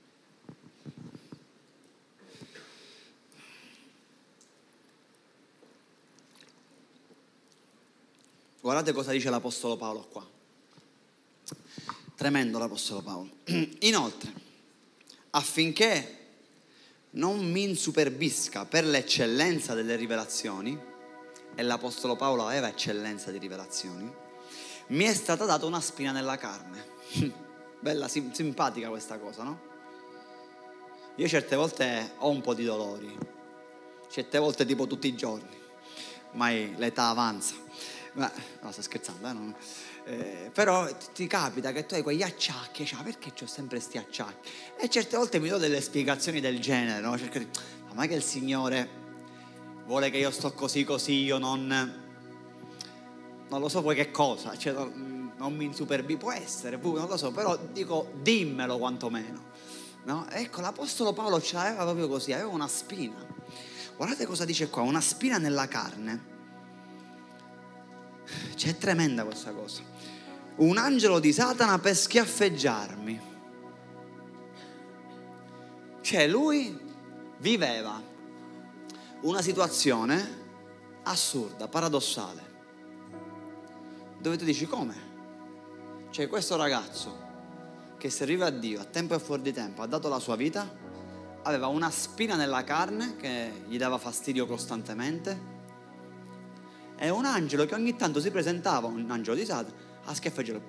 Guardate cosa dice l'Apostolo Paolo qua. Tremendo l'Apostolo Paolo. Inoltre, affinché non mi insuperbisca per l'eccellenza delle rivelazioni, e l'Apostolo Paolo aveva eccellenza di rivelazioni, mi è stata data una spina nella carne. Bella, sim- simpatica questa cosa, no? Io certe volte ho un po' di dolori, certe volte tipo tutti i giorni, ormai l'età avanza. Ma, no, sto scherzando, eh? Non... Eh, però ti capita che tu hai quegli acciacchi, cioè, perché c'ho sempre questi acciacchi? E certe volte mi do delle spiegazioni del genere, no? Cerco di, ma mai che il Signore vuole che io sto così così, io non non lo so poi che cosa, cioè, non, non mi insuperbi, può essere, non lo so, però dico dimmelo quantomeno, no? Ecco, l'Apostolo Paolo ce l'aveva proprio così, aveva una spina. Guardate cosa dice qua, una spina nella carne. Cioè, è tremenda questa cosa. Un angelo di Satana per schiaffeggiarmi. Cioè, lui viveva una situazione assurda, paradossale, dove tu dici: come? Cioè, questo ragazzo che serviva a Dio a tempo e fuori di tempo, ha dato la sua vita, aveva una spina nella carne che gli dava fastidio costantemente, e un angelo che ogni tanto si presentava, un angelo di Satana, a schiaffeggiarlo.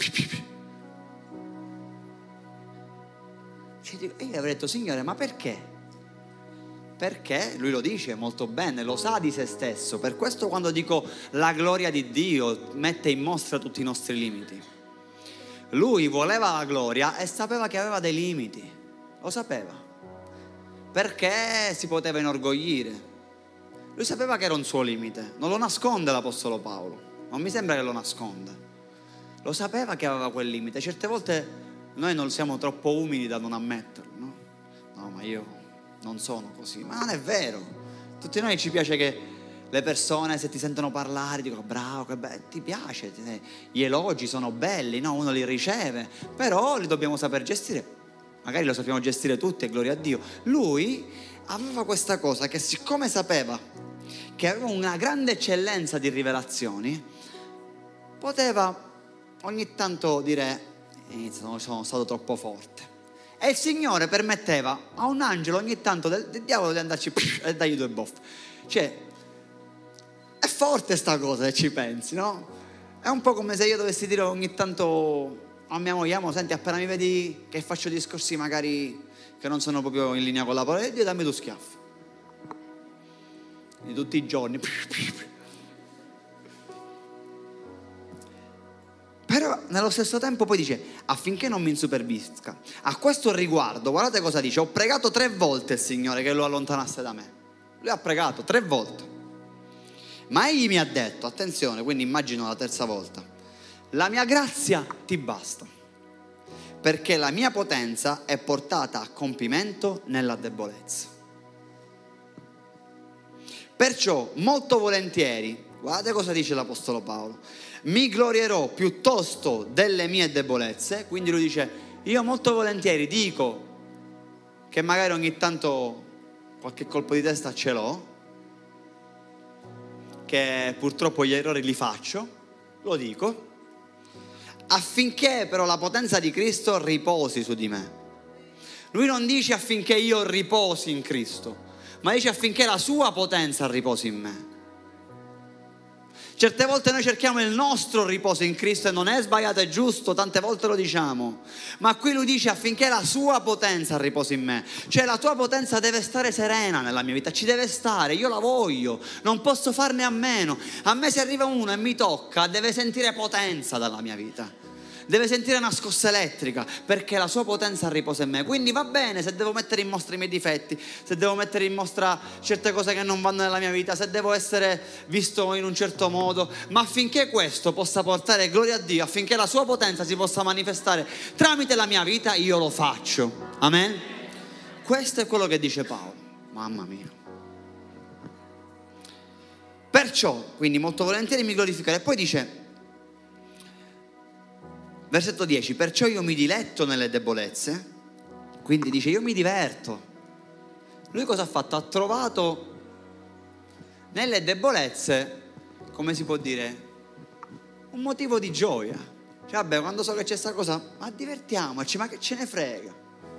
E io avrei detto: Signore, ma perché? Perché lui lo dice molto bene, lo sa di se stesso. Per questo quando dico la gloria di Dio mette in mostra tutti i nostri limiti. Lui voleva la gloria e sapeva che aveva dei limiti, lo sapeva, perché si poteva inorgoglire. Lui sapeva che era un suo limite, non lo nasconde l'Apostolo Paolo, non mi sembra che lo nasconda, lo sapeva che aveva quel limite. Certe volte noi non siamo troppo umili da non ammetterlo, no? No, ma io non sono così, ma non è vero. Tutti noi ci piace che le persone, se ti sentono parlare, dicono: bravo, che bello, ti piace, gli elogi sono belli, no? Uno li riceve, però li dobbiamo saper gestire. Magari lo sappiamo gestire tutti, e gloria a Dio. Lui aveva questa cosa che, siccome sapeva che aveva una grande eccellenza di rivelazioni, poteva ogni tanto dire: sono, sono stato troppo forte. E il Signore permetteva a un angelo ogni tanto del, del diavolo di andarci e dargli due boffe. Cioè, è forte sta cosa, se ci pensi, no? È un po' come se io dovessi dire ogni tanto a mia moglie: amo, senti, appena mi vedi che faccio discorsi magari che non sono proprio in linea con la parola di Dio, dammi due schiaffi. Di tutti i giorni. Però nello stesso tempo poi dice: affinché non mi insuperbisca. A questo riguardo, guardate cosa dice: ho pregato tre volte il Signore che lo allontanasse da me. Lui ha pregato tre volte, ma egli mi ha detto, attenzione, quindi immagino la terza volta: la mia grazia ti basta, perché la mia potenza è portata a compimento nella debolezza. Perciò molto volentieri, guardate cosa dice l'Apostolo Paolo, mi glorierò piuttosto delle mie debolezze. Quindi lui dice: io molto volentieri dico che magari ogni tanto qualche colpo di testa ce l'ho, che purtroppo gli errori li faccio, lo dico, affinché però la potenza di Cristo riposi su di me. Lui non dice affinché io riposi in Cristo, ma dice affinché la sua potenza riposi in me. Certe volte noi cerchiamo il nostro riposo in Cristo e non è sbagliato, è giusto, tante volte lo diciamo, ma qui lui dice affinché la sua potenza riposi in me. Cioè la tua potenza deve stare serena nella mia vita, ci deve stare, io la voglio, non posso farne a meno. A me se arriva uno e mi tocca, deve sentire potenza dalla mia vita, deve sentire una scossa elettrica, perché la sua potenza riposa in me. Quindi va bene se devo mettere in mostra i miei difetti, se devo mettere in mostra certe cose che non vanno nella mia vita, se devo essere visto in un certo modo, ma affinché questo possa portare gloria a Dio, affinché la sua potenza si possa manifestare tramite la mia vita, io lo faccio. Amen? Questo è quello che dice Paolo. Mamma mia. Perciò, quindi molto volentieri mi glorificherò. E poi dice, versetto dieci, perciò io mi diletto nelle debolezze. Quindi dice, io mi diverto. Lui cosa ha fatto? Ha trovato nelle debolezze, come si può dire, un motivo di gioia. Cioè, vabbè, quando so che c'è questa cosa, ma divertiamoci, ma che ce ne frega.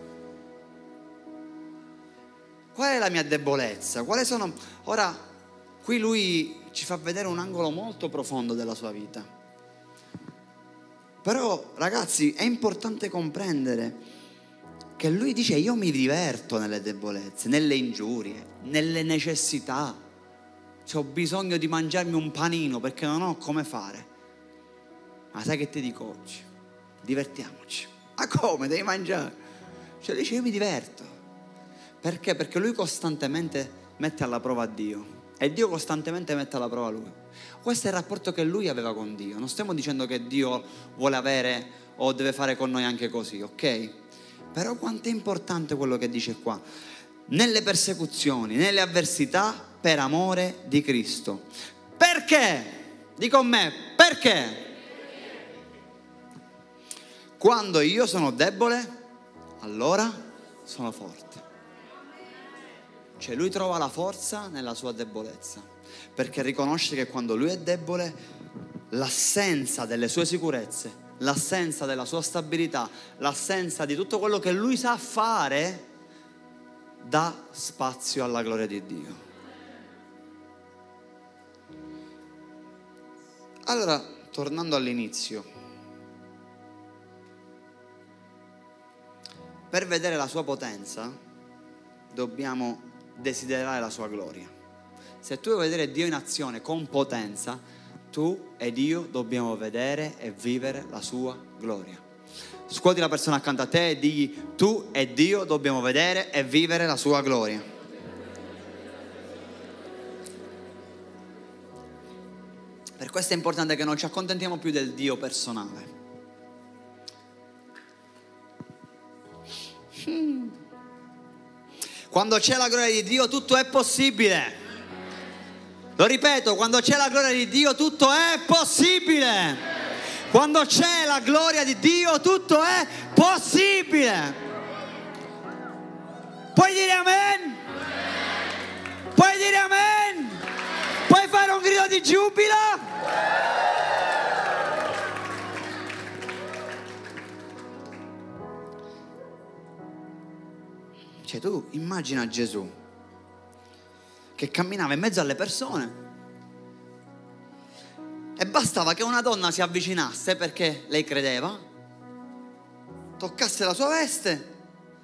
Qual è la mia debolezza? Quali sono? Ora, qui lui ci fa vedere un angolo molto profondo della sua vita. Però ragazzi, è importante comprendere che lui dice io mi diverto nelle debolezze, nelle ingiurie, nelle necessità. Cioè, ho bisogno di mangiarmi un panino perché non ho come fare. Ma sai che ti dico oggi? Divertiamoci. Ma come? Devi mangiare? Cioè dice io mi diverto. Perché? Perché lui costantemente mette alla prova Dio e Dio costantemente mette alla prova lui. Questo è il rapporto che lui aveva con Dio. Non stiamo dicendo che Dio vuole avere o deve fare con noi anche così, ok? Però quanto è importante quello che dice qua. Nelle persecuzioni, nelle avversità, per amore di Cristo. Perché? Dico a me, perché? Quando io sono debole, allora sono forte. Cioè lui trova la forza nella sua debolezza, perché riconosce che quando lui è debole, l'assenza delle sue sicurezze, l'assenza della sua stabilità, l'assenza di tutto quello che lui sa fare, dà spazio alla gloria di Dio. Allora, tornando all'inizio, per vedere la sua potenza dobbiamo desiderare la sua gloria. Se tu vuoi vedere Dio in azione con potenza, tu ed io dobbiamo vedere e vivere la sua gloria. Scuoti la persona accanto a te e digli tu e Dio dobbiamo vedere e vivere la sua gloria. Per questo è importante che non ci accontentiamo più del Dio personale. Hmm. Quando c'è la gloria di Dio tutto è possibile. Lo ripeto, quando c'è la gloria di Dio tutto è possibile. Quando c'è la gloria di Dio tutto è possibile. Puoi dire amen? di giubilo? Cioè tu immagina Gesù che camminava in mezzo alle persone e bastava che una donna si avvicinasse perché lei credeva, toccasse la sua veste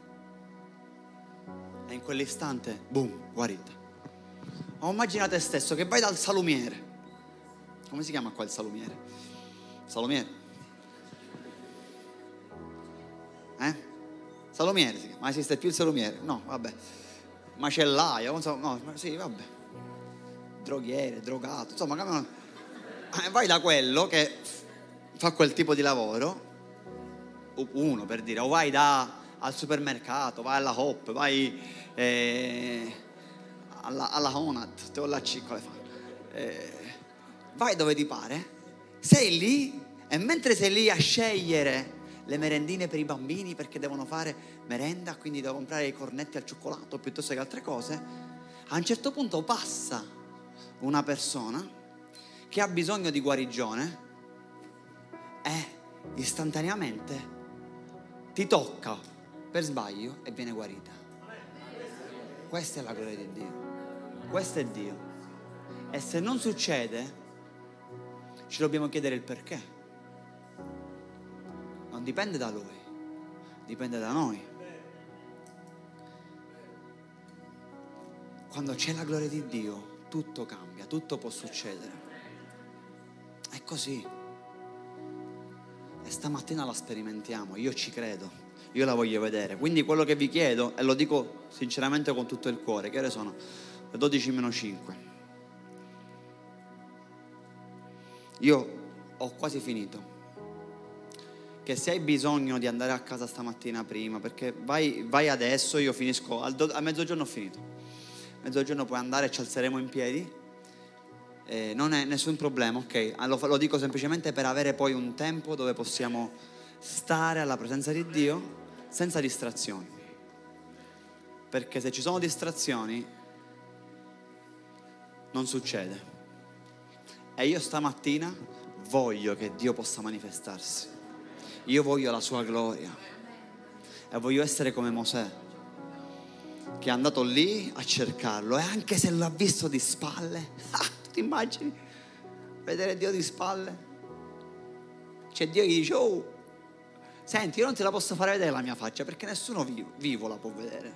e in quell'istante, boom, guarita. O immagina te stesso che vai dal salumiere. Come si chiama qua il salumiere? Salumiere? Eh? Salumiere si chiama, ma esiste più il salumiere? No, vabbè. Macellaio, non so, no, sì, vabbè. Droghiere, drogato, insomma, eh, vai da quello che fa quel tipo di lavoro, uno per dire, o vai da, al supermercato, vai alla Hop, vai eh, alla, alla Honat, te la C, come fa? Eh, vai dove ti pare, sei lì e mentre sei lì a scegliere le merendine per i bambini perché devono fare merenda, quindi devo comprare i cornetti al cioccolato piuttosto che altre cose, a un certo punto passa una persona che ha bisogno di guarigione e istantaneamente ti tocca per sbaglio e viene guarita. Questa è la gloria di Dio, questo è Dio. E se non succede ci dobbiamo chiedere il perché. Non dipende da Lui, dipende da noi. Quando c'è la gloria di Dio, tutto cambia, tutto può succedere. È così. E stamattina la sperimentiamo, io ci credo, io la voglio vedere. Quindi quello che vi chiedo, e lo dico sinceramente con tutto il cuore, che ore sono? Le dodici meno cinque. Io ho quasi finito. Che se hai bisogno di andare a casa stamattina prima, perché vai, vai adesso, io finisco, al do, a mezzogiorno ho finito. A mezzogiorno puoi andare, ci alzeremo in piedi, eh, non è nessun problema, ok? Lo, lo dico semplicemente per avere poi un tempo dove possiamo stare alla presenza di Dio senza distrazioni. Perché se ci sono distrazioni, non succede. E io stamattina voglio che Dio possa manifestarsi. Io voglio la sua gloria e voglio essere come Mosè, che è andato lì a cercarlo, e anche se l'ha visto di spalle, tu ti immagini vedere Dio di spalle? C'è Dio che dice: oh, senti, io non te la posso fare vedere la mia faccia perché nessuno vivo, vivo la può vedere,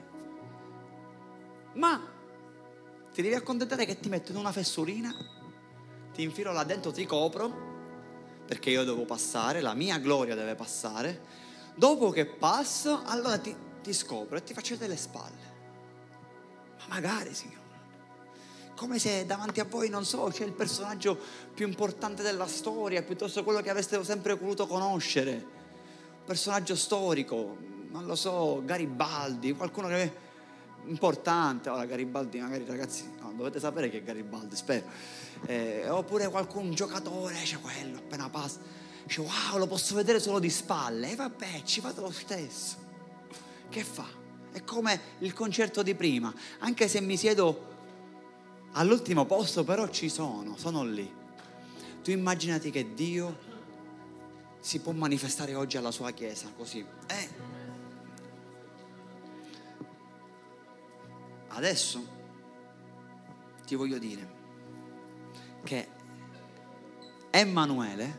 ma ti devi accontentare che ti metto in una fessurina, ti infilo là dentro, ti copro perché io devo passare, la mia gloria deve passare. Dopo che passo, allora ti, ti scopro e ti faccio vedere le spalle. Ma magari, Signore, come se davanti a voi, non so, c'è il personaggio più importante della storia, piuttosto quello che avreste sempre voluto conoscere, un personaggio storico, non lo so, Garibaldi, qualcuno che è importante. Ora Garibaldi, magari ragazzi, no, dovete sapere che è Garibaldi, spero. Eh, oppure qualcun giocatore, c'è quello appena passa, dice: wow, lo posso vedere solo di spalle. E vabbè, ci vado lo stesso. Che fa? È come il concerto di prima, anche se mi siedo all'ultimo posto, però ci sono, sono lì. Tu immaginati che Dio si può manifestare oggi alla sua chiesa così. Eh. Adesso ti voglio dire che Emanuele,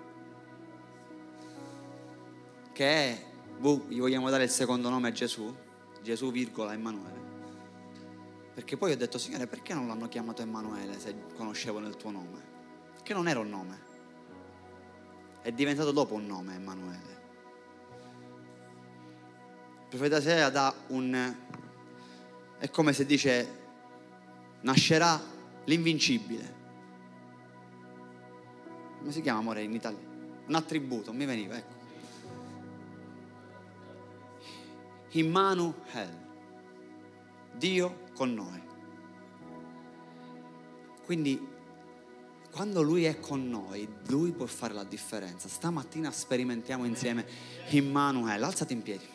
che è, boh, gli vogliamo dare il secondo nome a Gesù, Gesù virgola Emanuele, perché poi ho detto: Signore, perché non l'hanno chiamato Emanuele se conoscevano il tuo nome? Che non era un nome, è diventato dopo un nome Emanuele. Il profeta Isaia dà un, è come se dice: nascerà l'invincibile. Come si chiama, amore, in Italia? Un attributo, mi veniva, ecco. Immanuel, Dio con noi. Quindi quando Lui è con noi, Lui può fare la differenza. Stamattina sperimentiamo insieme Immanuel. Alzati in piedi.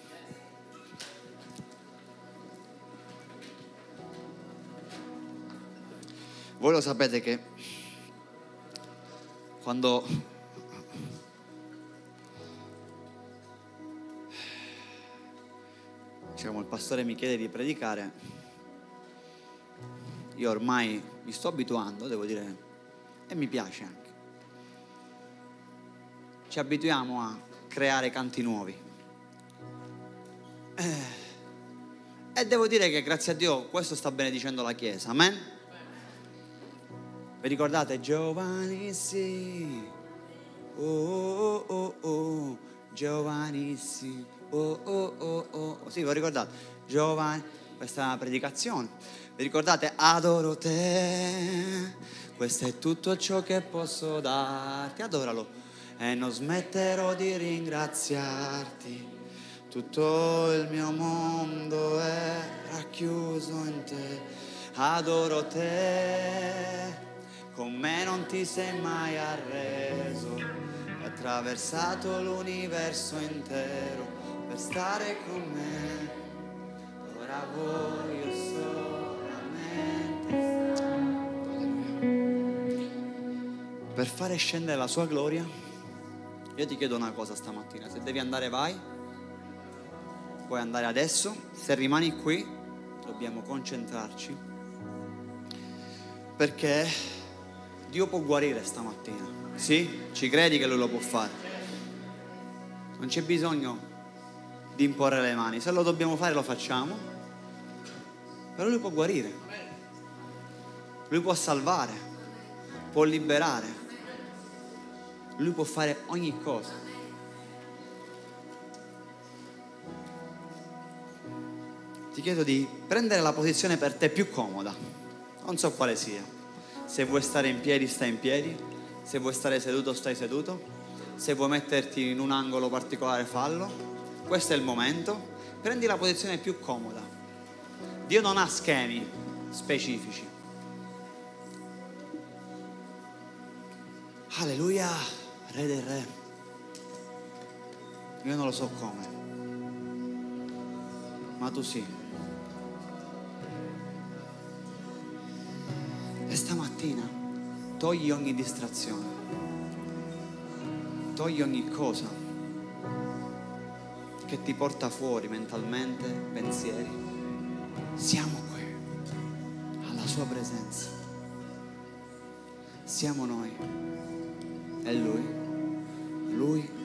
Voi lo sapete che quando diciamo il pastore mi chiede di predicare, io ormai mi sto abituando, devo dire, e mi piace anche. Ci abituiamo a creare canti nuovi. Eh, e devo dire che grazie a Dio questo sta benedicendo la Chiesa, amen? Vi ricordate? Giovani sì, oh oh oh oh, giovani sì, oh oh oh oh, sì, vi ricordate? Giovani, questa è una predicazione. Vi ricordate? Adoro te, questo è tutto ciò che posso darti, adoralo, e non smetterò di ringraziarti. Tutto il mio mondo è racchiuso in te, adoro te, con me non ti sei mai arreso, hai attraversato l'universo intero per stare con me, ora voglio solamente per fare scendere la sua gloria. Io ti chiedo una cosa stamattina, se devi andare vai. Puoi andare adesso, se rimani qui dobbiamo concentrarci, perché Dio può guarire stamattina. Sì? Ci credi che Lui lo può fare? Non c'è bisogno di imporre le mani, se lo dobbiamo fare lo facciamo, però Lui può guarire, Lui può salvare, può liberare, Lui può fare ogni cosa. Ti chiedo di prendere la posizione per te più comoda, non so quale sia. Se vuoi stare in piedi, stai in piedi. Se vuoi stare seduto, stai seduto. Se vuoi metterti in un angolo particolare, fallo. Questo è il momento. Prendi la posizione più comoda. Dio non ha schemi specifici. Alleluia, Re dei Re. Io non lo so come, ma tu sì. E stamattina togli ogni distrazione, togli ogni cosa che ti porta fuori mentalmente, pensieri. Siamo qui, alla sua presenza. Siamo noi e Lui, Lui